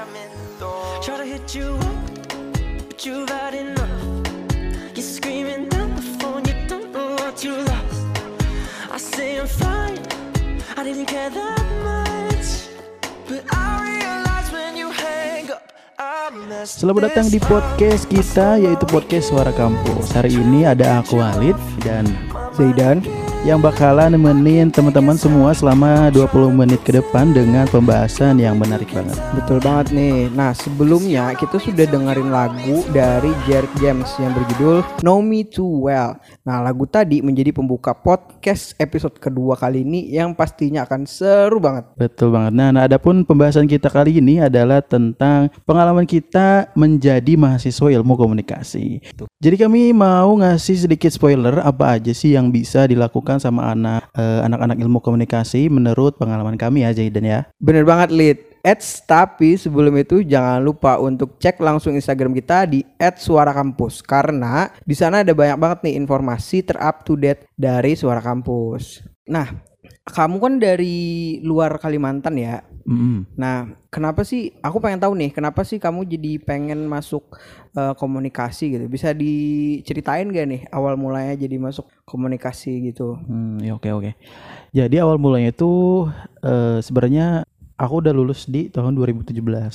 Try to hit you up, but you've had enough. You're screaming at the phone, you don't know what you lost. I say I'm fine, I didn't care that much, but I realize when you hang up, I messed. Selamat datang di podcast kita, yaitu podcast Suara Kampus. Hari ini ada aku Walid dan Zaidan yang bakalan nemenin teman-teman semua selama 20 menit ke depan dengan pembahasan yang menarik banget. Betul banget nih. Nah, sebelumnya kita sudah dengerin lagu dari Jared James yang berjudul Know Me Too Well. Nah, lagu tadi menjadi pembuka podcast episode kedua kali ini yang pastinya akan seru banget. Betul banget. Nah, adapun pembahasan kita kali ini adalah tentang pengalaman kita menjadi mahasiswa ilmu komunikasi. Jadi kami mau ngasih sedikit spoiler apa aja sih yang bisa dilakukan sama anak-anak ilmu komunikasi menurut pengalaman kami ya, Zaidan ya. Bener banget, Lid. Tapi sebelum itu jangan lupa untuk cek langsung Instagram kita di @suarakampus karena di sana ada banyak banget nih informasi terup to date dari Suara Kampus. Nah, kamu kan dari luar Kalimantan ya. Nah, kenapa sih? Aku pengen tahu nih, kenapa sih kamu jadi pengen masuk komunikasi gitu? Bisa diceritain gak nih awal mulanya jadi masuk komunikasi gitu? Ya oke. Jadi awal mulanya itu sebenarnya aku udah lulus di tahun 2017.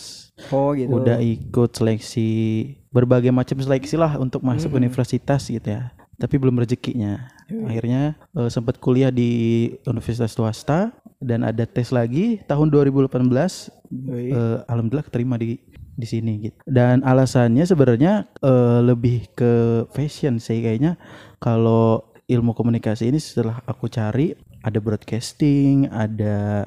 Oh gitu. Udah ikut seleksi, berbagai macam seleksi lah untuk masuk universitas gitu ya. Tapi belum rezekinya. Akhirnya sempat kuliah di universitas swasta dan ada tes lagi tahun 2018. Alhamdulillah keterima di sini gitu. Dan alasannya sebenarnya lebih ke fashion sih kayaknya. Kalau ilmu komunikasi ini setelah aku cari ada broadcasting, ada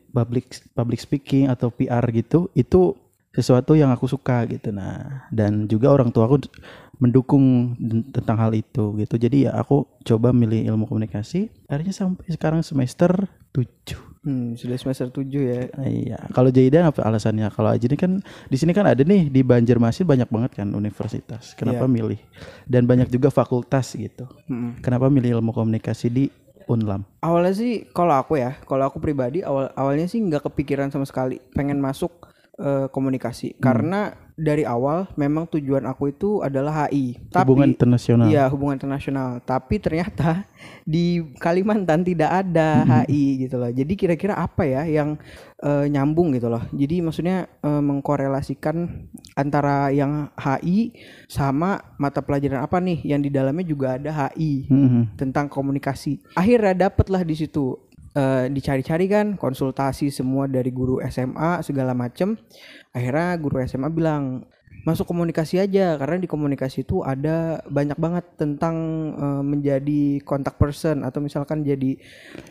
public speaking atau PR gitu, itu sesuatu yang aku suka gitu. Nah, dan juga orang tua aku mendukung tentang hal itu gitu. Jadi ya aku coba milih ilmu komunikasi. Akhirnya sampai sekarang semester 7. Sudah semester 7 ya. Iya. Kalau Zaidan apa alasannya? Kalau aja ini kan di sini kan ada nih di Banjarmasin banyak banget kan universitas. Kenapa milih? Dan banyak juga fakultas gitu. Kenapa milih ilmu komunikasi di Unlam? Awalnya sih kalau aku pribadi awalnya sih nggak kepikiran sama sekali pengen masuk komunikasi karena dari awal memang tujuan aku itu adalah HI. Hubungan internasional. Iya, hubungan internasional. Tapi ternyata di Kalimantan tidak ada HI gitu loh. Jadi kira-kira apa ya yang nyambung gitu loh. Jadi maksudnya mengkorelasikan antara yang HI sama mata pelajaran apa nih yang di dalamnya juga ada HI tentang komunikasi. Akhirnya dapatlah di situ. Dicari-cari kan, konsultasi semua dari guru SMA segala macem. Akhirnya guru SMA bilang masuk komunikasi aja karena di komunikasi itu ada banyak banget tentang menjadi contact person atau misalkan jadi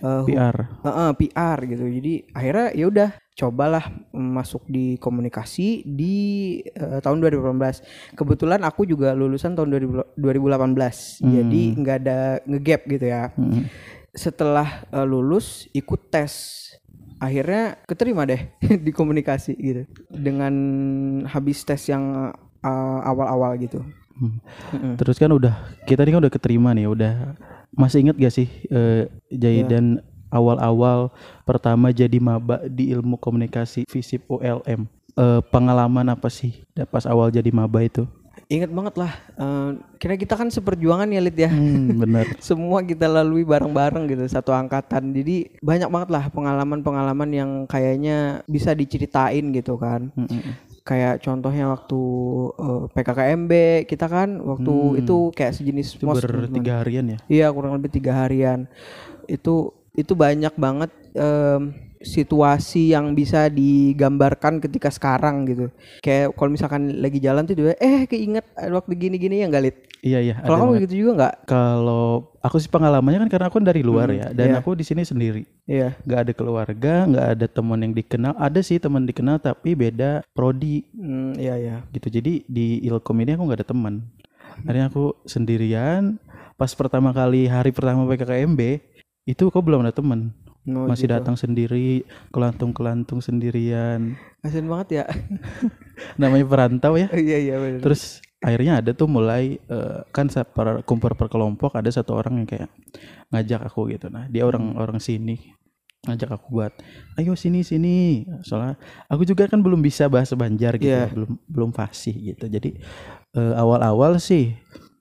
PR gitu. Jadi akhirnya ya udah cobalah masuk di komunikasi di tahun 2018. Kebetulan aku juga lulusan tahun 2018. Jadi nggak ada ngegap gitu ya. Setelah lulus ikut tes, akhirnya keterima deh di komunikasi gitu dengan habis tes yang awal-awal gitu. Terus kan kita ini kan udah keterima nih, udah masih inget gak sih Zaidan awal-awal pertama jadi maba di ilmu komunikasi FISIP ULM, pengalaman apa sih pas awal jadi maba itu? Ingat banget lah, kira kita kan seperjuangan ya Lid ya. Bener. Semua kita lalui bareng-bareng gitu, satu angkatan. Jadi banyak banget lah pengalaman-pengalaman yang kayaknya bisa diceritain gitu kan. Kayak contohnya waktu PKKMB kita kan waktu itu kayak sejenis mos 3 harian ya. Iya, kurang lebih 3 harian. Itu banyak banget situasi yang bisa digambarkan ketika sekarang gitu. Kayak kalau misalkan lagi jalan tuh keinget waktu gini-gini ya enggak, Lid? Iya. Kalau kamu gitu juga enggak? Kalau aku sih pengalamannya kan karena aku dari luar ya, dan aku di sini sendiri. Iya. Enggak ada keluarga, enggak ada teman yang dikenal. Ada sih teman dikenal tapi beda prodi. Iya. Gitu. Jadi di Ilkom ini aku enggak ada teman. Akhirnya aku sendirian. Pas pertama kali hari pertama PKKMB itu kok belum ada teman. Masih gitu. Datang sendiri, kelantung sendirian. Kasian banget ya. Namanya perantau ya. Iya benar. Terus akhirnya ada tuh mulai kan kumpul per kelompok, ada satu orang yang kayak ngajak aku gitu. Nah, dia orang sini. ngajak aku buat ayo sini sini. Soalnya aku juga kan belum bisa bahasa Banjar gitu, Iya. belum fasih gitu. Jadi awal-awal sih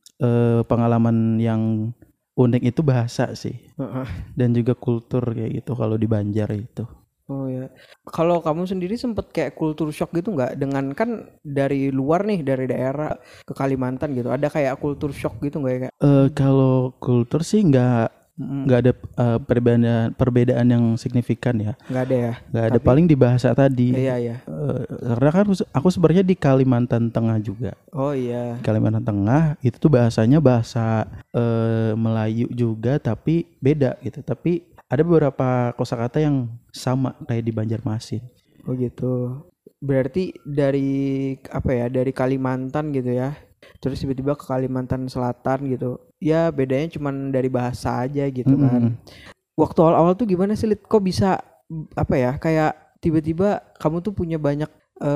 pengalaman yang unik itu bahasa sih Heeh. dan juga kultur kayak gitu kalau di Banjar itu. Oh ya. Kalau kamu sendiri sempet kayak culture shock gitu nggak? Dengan kan dari luar nih, dari daerah ke Kalimantan gitu. Ada kayak culture shock gitu nggak ya kayak? Kalau kultur sih nggak ada perbedaan yang signifikan ya. Nggak ada ya? Nggak ada, paling di bahasa tadi. Iya iya. Karena kan aku sebenarnya di Kalimantan Tengah juga. Oh iya. Kalimantan Tengah itu tuh bahasanya bahasa Melayu juga tapi beda gitu. Tapi ada beberapa kosakata yang sama kayak di Banjarmasin. Oh gitu. Berarti dari apa ya? Dari Kalimantan gitu ya. Terus tiba-tiba ke Kalimantan Selatan gitu. Ya bedanya cuman dari bahasa aja gitu kan. Waktu awal-awal tuh gimana sih, Lid? Kok bisa apa ya? Kayak tiba-tiba kamu tuh punya banyak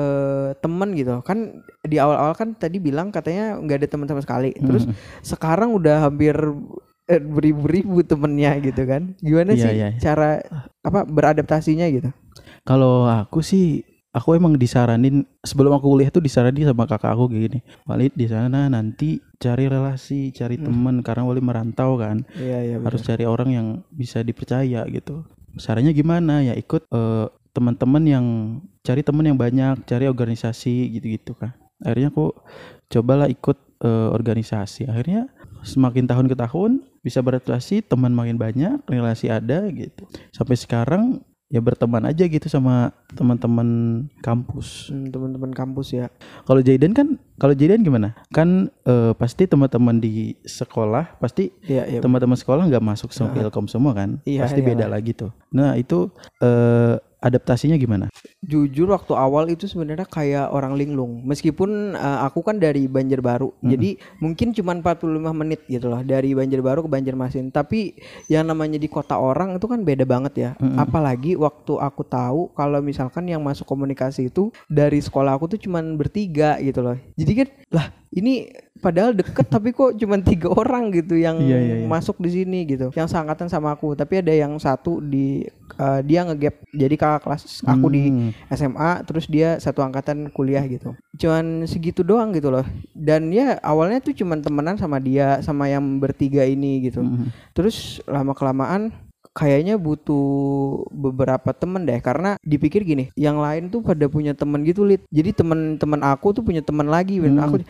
teman gitu. Kan di awal-awal kan tadi bilang katanya nggak ada teman sama sekali. Terus sekarang udah hampir beribu-ribu temennya gitu kan. Gimana sih cara apa beradaptasinya gitu? Kalau aku sih, aku emang disaranin sebelum aku kuliah tuh disaranin sama kakak aku kayak gini, Walid di sana nanti cari relasi, cari teman karena Walid merantau kan. Iya Harus cari orang yang bisa dipercaya gitu. Sarannya gimana ya, ikut teman-teman yang cari teman yang banyak, cari organisasi gitu-gitu kan. Akhirnya aku cobalah ikut organisasi. Akhirnya semakin tahun ke tahun bisa beradaptasi, teman makin banyak, relasi ada gitu. Sampai sekarang ya berteman aja gitu sama teman-teman kampus. Teman-teman kampus ya. Kalau Jayden gimana? Kan pasti teman-teman di sekolah pasti teman-teman sekolah nggak masuk sama Ilkom semua kan? Iya, pasti beda lagi tuh. Nah itu adaptasinya gimana? Jujur waktu awal itu sebenarnya kayak orang linglung. Meskipun aku kan dari Banjarbaru. Jadi mungkin cuma 45 menit gitu loh dari Banjarbaru ke Banjarmasin. Tapi yang namanya di kota orang itu kan beda banget ya. Apalagi waktu aku tahu kalau misalkan yang masuk komunikasi itu dari sekolah aku tuh cuma bertiga gitu loh. Jadi kan lah ini padahal deket tapi kok cuma 3 orang gitu yang masuk di sini gitu. Yang seangkatan sama aku. Tapi ada yang satu di dia ngegap jadi kakak kelas aku di SMA, terus dia satu angkatan kuliah gitu. Cuman segitu doang gitu loh. Dan ya awalnya tuh cuman temenan sama dia sama yang bertiga ini gitu. Terus lama kelamaan kayaknya butuh beberapa temen deh, karena dipikir gini, yang lain tuh pada punya temen gitu, Lid. Jadi teman-teman aku tuh punya teman lagi. Aku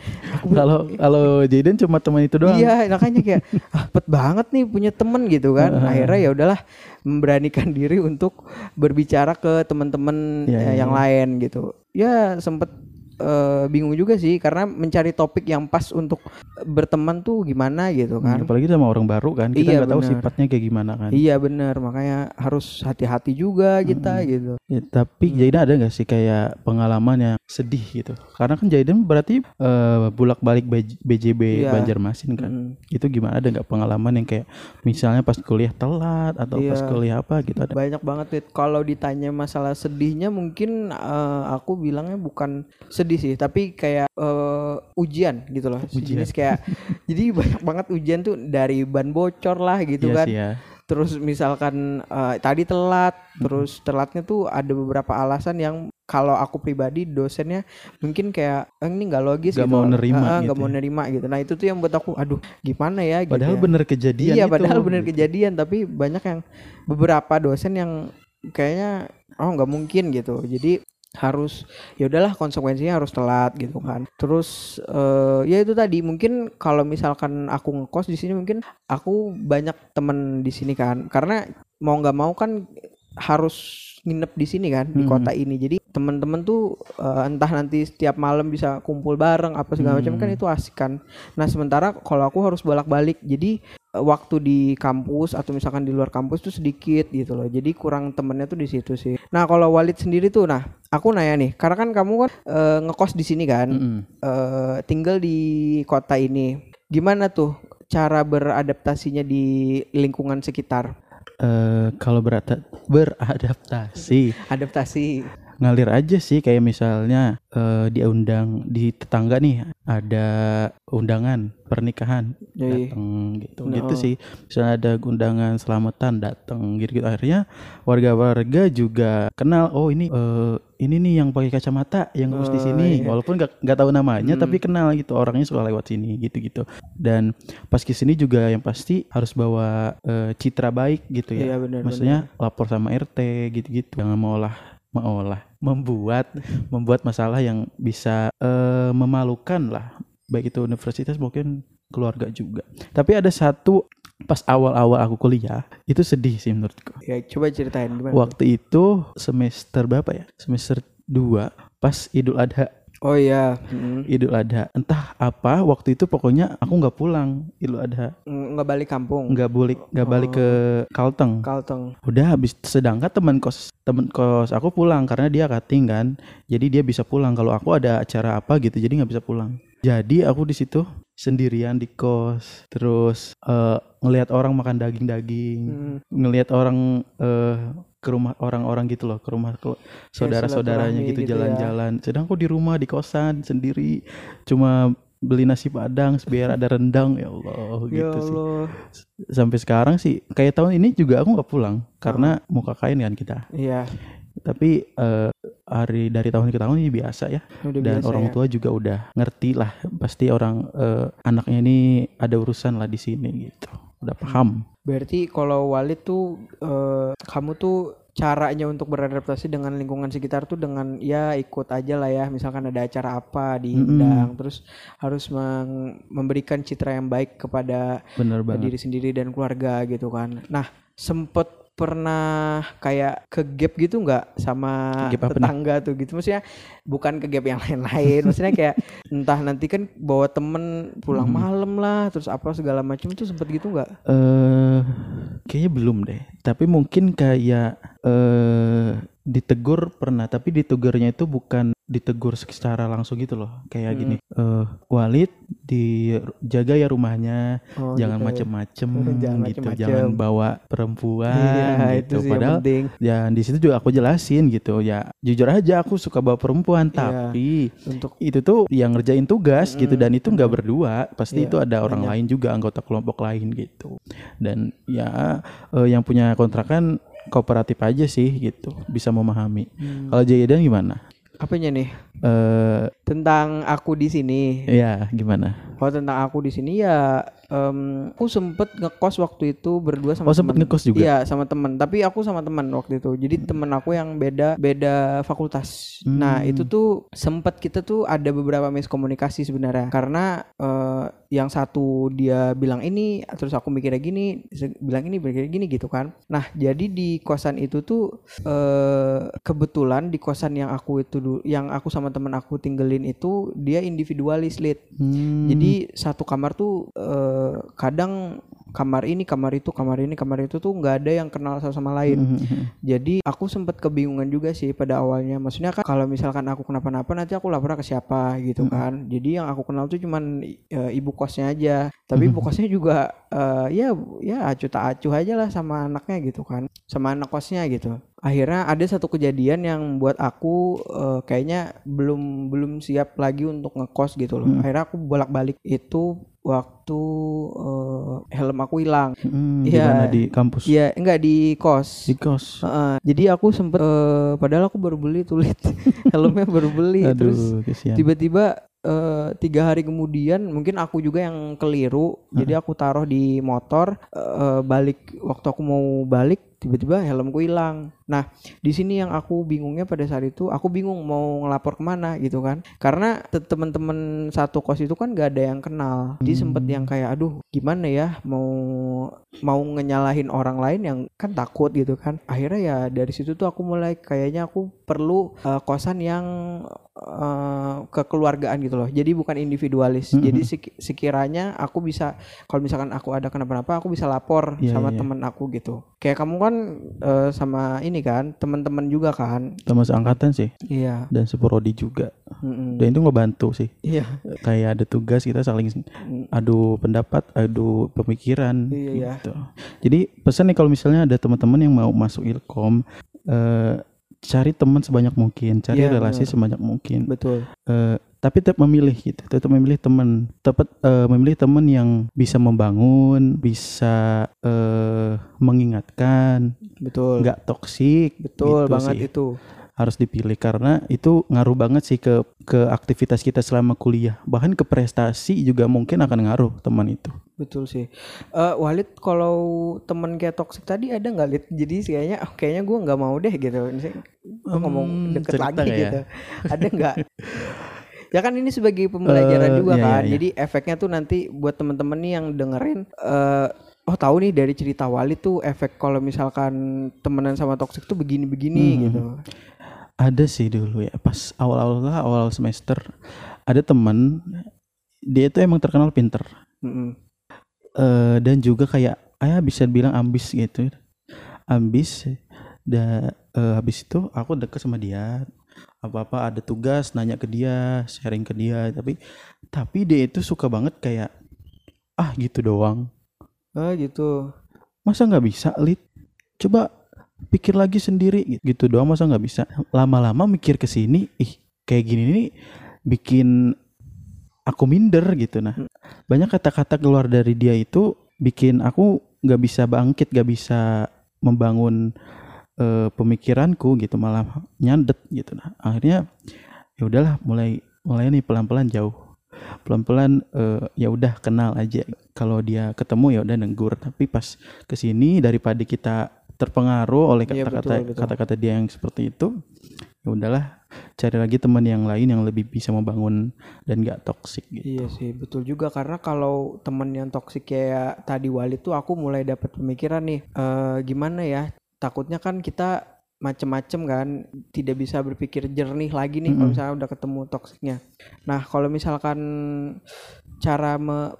kalau Jayden cuma teman itu doang. Iya, makanya kayak pet banget nih punya temen gitu kan. Akhirnya ya udahlah, memberanikan diri untuk berbicara ke teman-teman yang lain gitu. Ya sempet bingung juga sih karena mencari topik yang pas untuk berteman tuh gimana gitu kan. Apalagi sama orang baru kan, kita nggak tahu sifatnya kayak gimana kan. Iya benar, makanya harus hati-hati juga kita gitu. Ya, tapi Jayden ada nggak sih kayak pengalaman yang sedih gitu? Karena kan Jayden berarti bolak-balik BJB Banjarmasin kan. Itu gimana, ada nggak pengalaman yang kayak misalnya pas kuliah telat atau pas kuliah apa gitu? Ada banyak banget, Lid. Kalau ditanya masalah sedihnya mungkin aku bilangnya bukan sedih sih, tapi kayak ujian gitu loh. Jenis kayak jadi banyak banget ujian tuh, dari ban bocor lah gitu kan. Terus misalkan tadi telat, terus telatnya tuh ada beberapa alasan yang kalau aku pribadi dosennya mungkin kayak ini nggak logis, gak gitu, mau nerima nggak mau nerima gitu. Nah itu tuh yang buat aku aduh gimana ya gitu. Padahal bener kejadian. Iya, padahal bener kejadian, tapi banyak yang beberapa dosen yang kayaknya nggak mungkin gitu. Jadi harus ya udahlah, konsekuensinya harus telat gitu kan. Terus ya itu tadi, mungkin kalau misalkan aku ngekos di sini mungkin aku banyak temen di sini kan, karena mau nggak mau kan harus nginep di sini kan, di kota ini. Jadi teman-teman tuh entah nanti setiap malam bisa kumpul bareng apa segala macam kan, itu asik kan. Nah sementara kalau aku harus bolak-balik, jadi waktu di kampus atau misalkan di luar kampus tuh sedikit gitu loh. Jadi kurang temennya tuh di situ sih. Nah kalau Walid sendiri tuh, nah aku nanya nih, karena kan kamu kan ngekos di sini kan, tinggal di kota ini, gimana tuh cara beradaptasinya di lingkungan sekitar? Kalau beradaptasi ngalir aja sih, kayak misalnya diundang di tetangga nih ada undangan pernikahan, Jadi, datang gitu Nah, gitu sih. Misalnya ada undangan selamatan, datang gitu, akhirnya warga-warga juga kenal, oh ini nih yang pakai kacamata yang ngurus di sini, walaupun nggak tahu namanya tapi kenal gitu, orangnya suka lewat sini gitu. Dan pas ke sini juga yang pasti harus bawa citra baik gitu ya. Iya, benar, Maksudnya lapor sama RT gitu-gitu, jangan membuat masalah yang bisa memalukan lah, baik itu universitas mungkin keluarga juga. Tapi ada satu pas awal-awal aku kuliah itu sedih sih menurutku. ya coba ceritain gimana. Waktu itu semester berapa ya? Semester 2 pas Idul Adha. Oh iya, Idul Adha. Entah apa waktu itu pokoknya aku nggak pulang Idul Adha. nggak balik kampung. Nggak balik ke Kalteng. Udah habis, sedangkan teman kos aku pulang karena dia cutting kan. Jadi dia bisa pulang, kalau aku ada acara apa gitu jadi nggak bisa pulang. Jadi aku di situ sendirian di kos, terus ngelihat orang makan daging, ngelihat orang ke rumah orang-orang gitu loh, ke rumah saudara-saudaranya gitu jalan-jalan. Sedang aku di rumah di kosan sendiri, cuma beli nasi padang biar ada rendang, ya Allah gitu sih. Sampai sekarang sih kayak tahun ini juga aku nggak pulang karena mau KKN kan kita. Iya. Tapi dari tahun ke tahun ini biasa ya. Dan orang tua juga udah ngerti lah, pasti orang anaknya ini ada urusan lah di sini gitu, udah paham. Berarti kalau Walid tuh kamu tuh caranya untuk beradaptasi dengan lingkungan sekitar tuh dengan ya ikut aja lah ya, misalkan ada acara apa diundang, terus harus memberikan citra yang baik kepada diri sendiri dan keluarga gitu kan. Nah, sempet pernah kayak ke gap gitu nggak sama tetangga tuh gitu, maksudnya bukan ke gap yang lain-lain, maksudnya kayak entah nanti kan bawa temen pulang malam lah terus apa segala macam, itu sempet gitu nggak? Kayaknya belum deh, tapi mungkin kayak ditegur pernah, tapi ditegurnya itu bukan ditegur secara langsung gitu loh, kayak gini, Walid dijaga ya rumahnya, jangan gitu. macem-macem gitu, jangan bawa perempuan gitu. Padahal ya di situ juga aku jelasin gitu ya, jujur aja aku suka bawa perempuan, tapi untuk itu tuh yang ngerjain tugas gitu, dan itu nggak berdua, pasti itu ada orang lain juga, anggota kelompok lain gitu. Dan ya yang punya kontrakan kooperatif aja sih gitu, bisa memahami. Kalau Jayadan gimana? Apanya nih? Tentang aku di sini. Iya, gimana? Kalau tentang aku di sini ya, aku sempet ngekos waktu itu berdua sama teman. Sempet ngekos juga? Iya, sama teman. Tapi aku sama teman waktu itu. Jadi teman aku yang beda fakultas. Nah, itu tuh sempet kita tuh ada beberapa miskomunikasi sebenarnya. Karena yang satu dia bilang ini, terus aku mikirnya gini, bilang gini gitu kan. Nah, jadi di kosan itu tuh kebetulan di kosan yang aku sama teman aku tinggalin itu dia individualis, Lid. Jadi satu kamar tuh kadang kamar ini, kamar itu tuh nggak ada yang kenal sama lain. Jadi aku sempat kebingungan juga sih pada awalnya. Maksudnya kan kalau misalkan aku kenapa-napa nanti aku lapor ke siapa gitu kan. Jadi yang aku kenal tuh cuman ibu kosnya aja. Tapi ibu kosnya juga ya acuh tak acuh aja lah sama anaknya gitu kan, sama anak kosnya gitu. Akhirnya ada satu kejadian yang membuat aku kayaknya belum siap lagi untuk ngekos gitu loh. Akhirnya aku bolak-balik itu waktu helm aku hilang. Iya, di kampus. Iya, enggak di kos. Di kos. Jadi aku sempet padahal aku baru beli tuh helmnya baru beli. Aduh, terus kesian. Tiba-tiba 3 hari kemudian mungkin aku juga yang keliru. Jadi aku taruh di motor, waktu aku mau balik tiba-tiba helmku hilang. Nah, di sini yang aku bingungnya pada saat itu, aku bingung mau ngelapor kemana gitu kan. Karena teman-teman satu kos itu kan gak ada yang kenal. Jadi sempet yang kayak aduh gimana ya mau ngenyalahin orang lain yang kan takut gitu kan. Akhirnya ya dari situ tuh aku mulai kayaknya aku perlu kosan yang kekeluargaan gitu loh. Jadi bukan individualis. Jadi sekiranya aku bisa, kalau misalkan aku ada kenapa-napa aku bisa lapor sama teman aku gitu. Kayak kamu kan sama ini kan teman-teman juga kan, teman seangkatan sih. Iya. Dan seprodi juga. Dan itu ngebantu sih. Iya. Kayak ada tugas kita saling adu pendapat, adu pemikiran. Iya. Gitu. Jadi pesan nih kalau misalnya ada teman-teman yang mau masuk Ilkom, cari teman sebanyak mungkin, cari Iya, relasi benar. sebanyak mungkin. Betul. Tapi tetap memilih gitu, tetap memilih teman, memilih teman yang bisa membangun, bisa mengingatkan, Betul. nggak toksik. Betul gitu banget sih. itu. Harus dipilih karena itu ngaruh banget sih ke aktivitas kita selama kuliah, bahkan ke prestasi juga mungkin akan ngaruh teman itu. Betul sih. Walid, kalau temen kayak toksik tadi ada nggak, Lid? Jadi kayaknya gue nggak mau deh gitu. Gue ngomong deket Cerita lagi nggak ya? gitu. Ada nggak? Ya kan ini sebagai pembelajaran juga Iya, kan. iya. Jadi efeknya tuh nanti buat temen-temen nih yang dengerin. Oh tahu nih dari cerita Walid tuh efek kalau misalkan temenan sama toksik tuh begini-begini gitu. Ada sih dulu ya, pas awal semester ada teman, dia itu emang terkenal pinter. Mm-mm. Dan juga kayak bisa bilang ambis gitu, dan habis itu aku deket sama dia, apa ada tugas nanya ke dia, sharing ke dia, tapi dia itu suka banget kayak gitu doang, Gitu. masa nggak bisa, Lid, coba pikir lagi sendiri, gitu doang masa nggak bisa. Lama-lama mikir ke sini, kayak gini nih bikin aku minder gitu. Nah, banyak kata-kata keluar dari dia itu bikin aku nggak bisa bangkit, nggak bisa membangun pemikiranku gitu, malah nyandet gitu. Nah, akhirnya ya udahlah, mulai nih pelan-pelan jauh, pelan-pelan ya udah kenal aja. Kalau dia ketemu ya udah negur, tapi pas kesini daripada kita terpengaruh oleh Iya, betul. kata-kata dia yang seperti itu, ya udahlah, cari lagi teman yang lain yang lebih bisa membangun dan gak toksik gitu. Iya sih, betul juga, karena kalau temen yang toksik kayak tadi Walid tuh aku mulai dapat pemikiran nih, gimana ya, takutnya kan kita macem-macem kan, tidak bisa berpikir jernih lagi nih kalau misalnya udah ketemu toksiknya. Nah kalau misalkan cara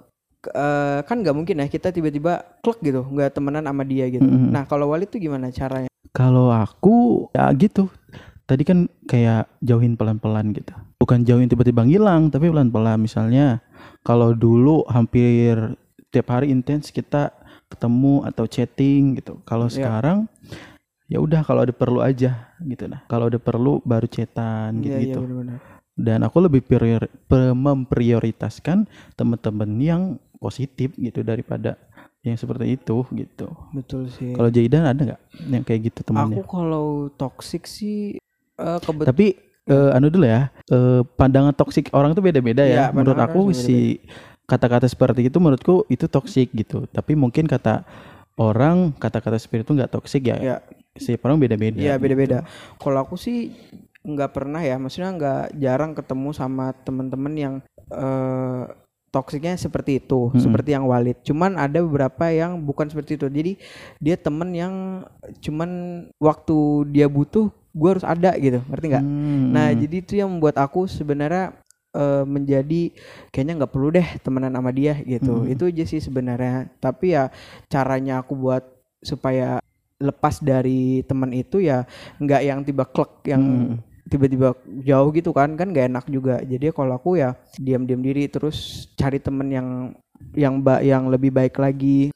kan nggak mungkin ya kita tiba-tiba klek gitu, nggak temenan sama dia gitu. Nah kalau Walid tuh gimana caranya? Kalau aku ya gitu, tadi kan kayak jauhin pelan-pelan gitu, bukan jauhin tiba-tiba ngilang, tapi pelan-pelan. Misalnya kalau dulu hampir tiap hari intens kita ketemu atau chatting gitu, kalau sekarang ya udah kalau ada perlu aja gitu. Nah kalau ada perlu baru chatan gitu. Iya, benar-benar. Dan aku lebih memprioritaskan teman-teman yang positif gitu daripada yang seperti itu gitu. Betul sih. Kalau Jaidan ada nggak yang kayak gitu temannya? Aku kalau toksik sih Tapi dulu ya, pandangan toksik orang tuh beda-beda ya. Iya, Menurut pandangan aku orang si kata-kata seperti itu menurutku itu toksik gitu. Tapi mungkin kata orang kata-kata seperti itu nggak toksik ya. Iya. Setiap orang beda-beda. Iya, beda-beda. Gitu. Kalau aku sih nggak pernah ya, maksudnya nggak, jarang ketemu sama temen-temen yang toksiknya seperti itu, seperti yang Walid. Cuman ada beberapa yang bukan seperti itu. Jadi dia temen yang cuman waktu dia butuh gue harus ada gitu, ngerti nggak? Nah jadi itu yang membuat aku sebenarnya menjadi kayaknya nggak perlu deh temenan sama dia gitu. Itu aja sih sebenarnya. Tapi ya caranya aku buat supaya lepas dari teman itu ya nggak yang tiba klek yang tiba-tiba jauh gitu kan nggak enak juga. Jadi kalau aku ya diam-diam diri, terus cari temen yang lebih baik lagi,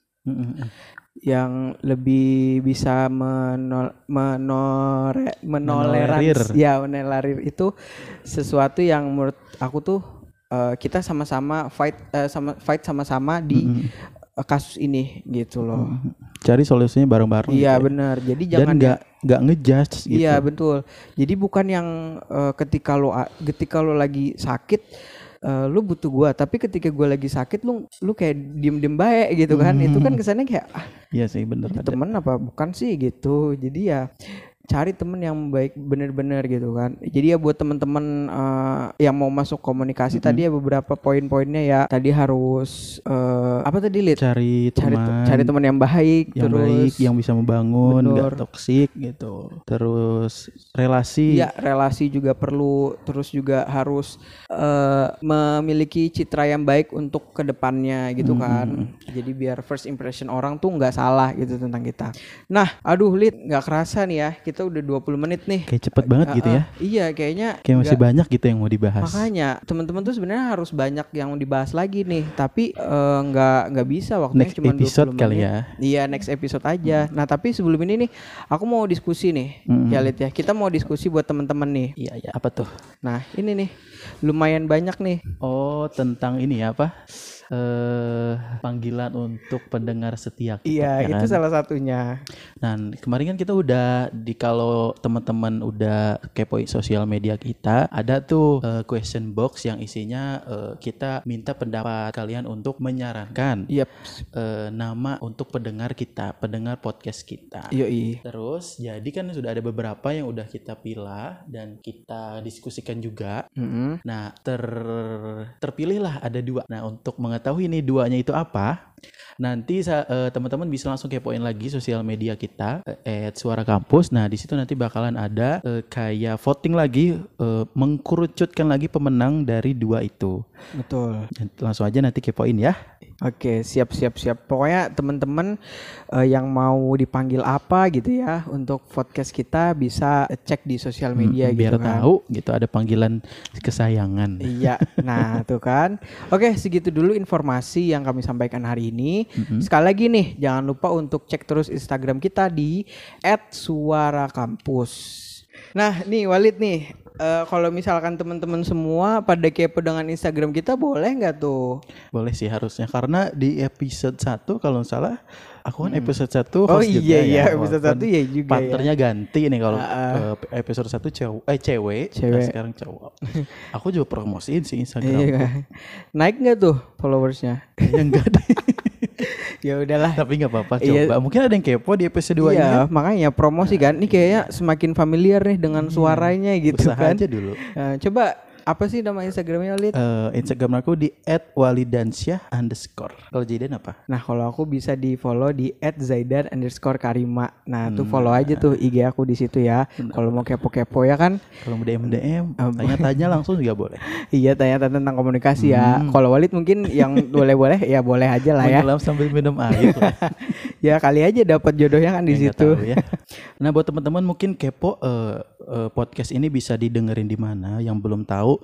yang lebih bisa menolarir itu sesuatu yang menurut aku tuh kita sama-sama fight sama-sama di kasus ini gitu loh. Cari solusinya bareng-bareng. Iya gitu ya. benar. Jadi jangan nggak ngejudge gitu. Iya betul. Jadi bukan yang ketika lo lagi sakit lu butuh gua, tapi ketika gua lagi sakit lu kayak diem baik gitu kan. Itu kan kesannya kayak iya sih bener. Temen apa bukan sih gitu. Jadi ya cari temen yang baik bener-bener gitu kan. Jadi ya buat temen-temen yang mau masuk komunikasi tadi ya beberapa poin-poinnya ya. Tadi harus apa tadi Lid? Cari teman yang baik, yang bisa membangun, nggak toksik gitu. Terus relasi. Ya relasi juga perlu. Terus juga harus memiliki citra yang baik untuk kedepannya gitu kan. Jadi biar first impression orang tuh nggak salah gitu tentang kita. Nah, aduh Lid, nggak kerasa nih ya kita kita udah 20 menit nih. Kayak cepet banget gitu ya. Iya, kayaknya Kayak masih banyak gitu yang mau dibahas. makanya teman-teman tuh sebenarnya harus banyak yang dibahas lagi nih, tapi nggak bisa, waktunya Next cuma 20 episode menit. kali ya. Iya, next episode aja. Nah, tapi sebelum ini nih aku mau diskusi nih. Ya Lid ya, kita mau diskusi buat teman-teman nih. Iya, apa tuh? Nah, ini nih lumayan banyak nih. Oh, tentang ini ya, apa? Panggilan untuk pendengar setia kita. Iya, ya itu kan? salah satunya. Nah, kemarin kan kita udah kalau teman-teman udah kepoin sosial media kita, ada tuh question box yang isinya kita minta pendapat kalian untuk menyarankan Yep. nama untuk pendengar kita, pendengar podcast kita. Yoi. Terus jadi kan sudah ada beberapa yang udah kita pilih dan kita diskusikan juga. Nah, terpilihlah ada 2. Nah, untuk mengetahui nih 2-nya itu apa, nanti teman-teman bisa langsung kepoin lagi sosial media kita @suarakampus. Nah, di situ nanti bakalan ada kayak voting lagi, mengkerucutkan lagi pemenang dari 2 itu. Betul. Langsung aja nanti kepoin ya. Oke, siap. Pokoknya teman-teman yang mau dipanggil apa gitu ya untuk podcast kita bisa cek di sosial media gitu biar kan. tahu gitu ada panggilan kesayangan. Iya, nah tuh kan. Oke, segitu dulu informasi yang kami sampaikan hari ini. Sekali lagi nih, jangan lupa untuk cek terus Instagram kita di @suarakampus. Nah, nih Walid nih, kalau misalkan teman-teman semua pada kepo dengan Instagram kita, boleh nggak tuh? Boleh sih harusnya, karena di episode 1 kalau nggak salah aku kan episode 1 Oh host juga iya, ya. episode 1 ya juga ya. Partnernya ganti nih kalau episode 1 cewek. Nah, sekarang cowok. Aku juga promosiin sih Instagram. Iya kan? Naik nggak tuh followersnya? Ya enggak deh. Ya udahlah. Tapi nggak apa-apa, coba. Iya. Mungkin ada yang kepo di episode 2 Iya, ini. makanya promosi kan. Ini kayaknya semakin familiar nih dengan suaranya gitu Usaha kan. aja dulu. Coba apa sih nama Instagramnya, Lid? Instagram aku di @walidansyah_. Kalau Jayden apa? Nah, kalau aku bisa di follow di @zaidan_karima. Nah, tuh follow aja tuh IG aku di situ ya. Kalau mau kepo-kepo ya kan. Kalau mau DM, tanya-tanya langsung juga boleh. Iya, tanya tentang komunikasi ya. Kalau Walid mungkin yang boleh-boleh ya boleh aja lah ya. Menyelam sambil minum air lah. Ya kali aja dapat jodohnya kan di Ya, nggak situ. tahu ya. Nah, buat teman-teman mungkin kepo podcast ini bisa didengerin di mana yang belum tahu.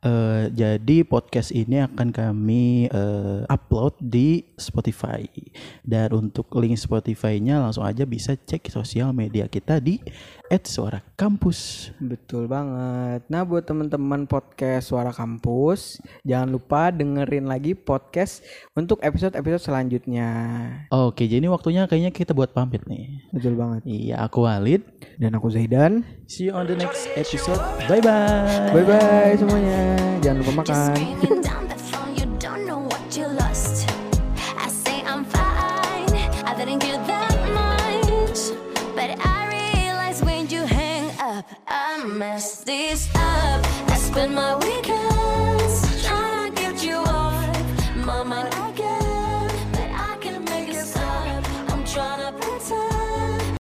Jadi podcast ini akan kami upload di Spotify, dan untuk link Spotify-nya langsung aja bisa cek sosial media kita di @suarakampus. Betul banget. Nah, buat teman-teman podcast Suara Kampus, jangan lupa dengerin lagi podcast untuk episode-episode selanjutnya. Oke, jadi waktunya kayaknya kita buat pamit nih. Betul banget. Iya, aku Walid. Dan aku Zaidan. See you on the next episode. Bye bye. Bye bye semuanya. Jangan lupa You're makan. screaming down the phone, you don't know what you lost. I say I'm fine, I didn't care that much, but I realize when you hang up, I messed this up. I spent my weekend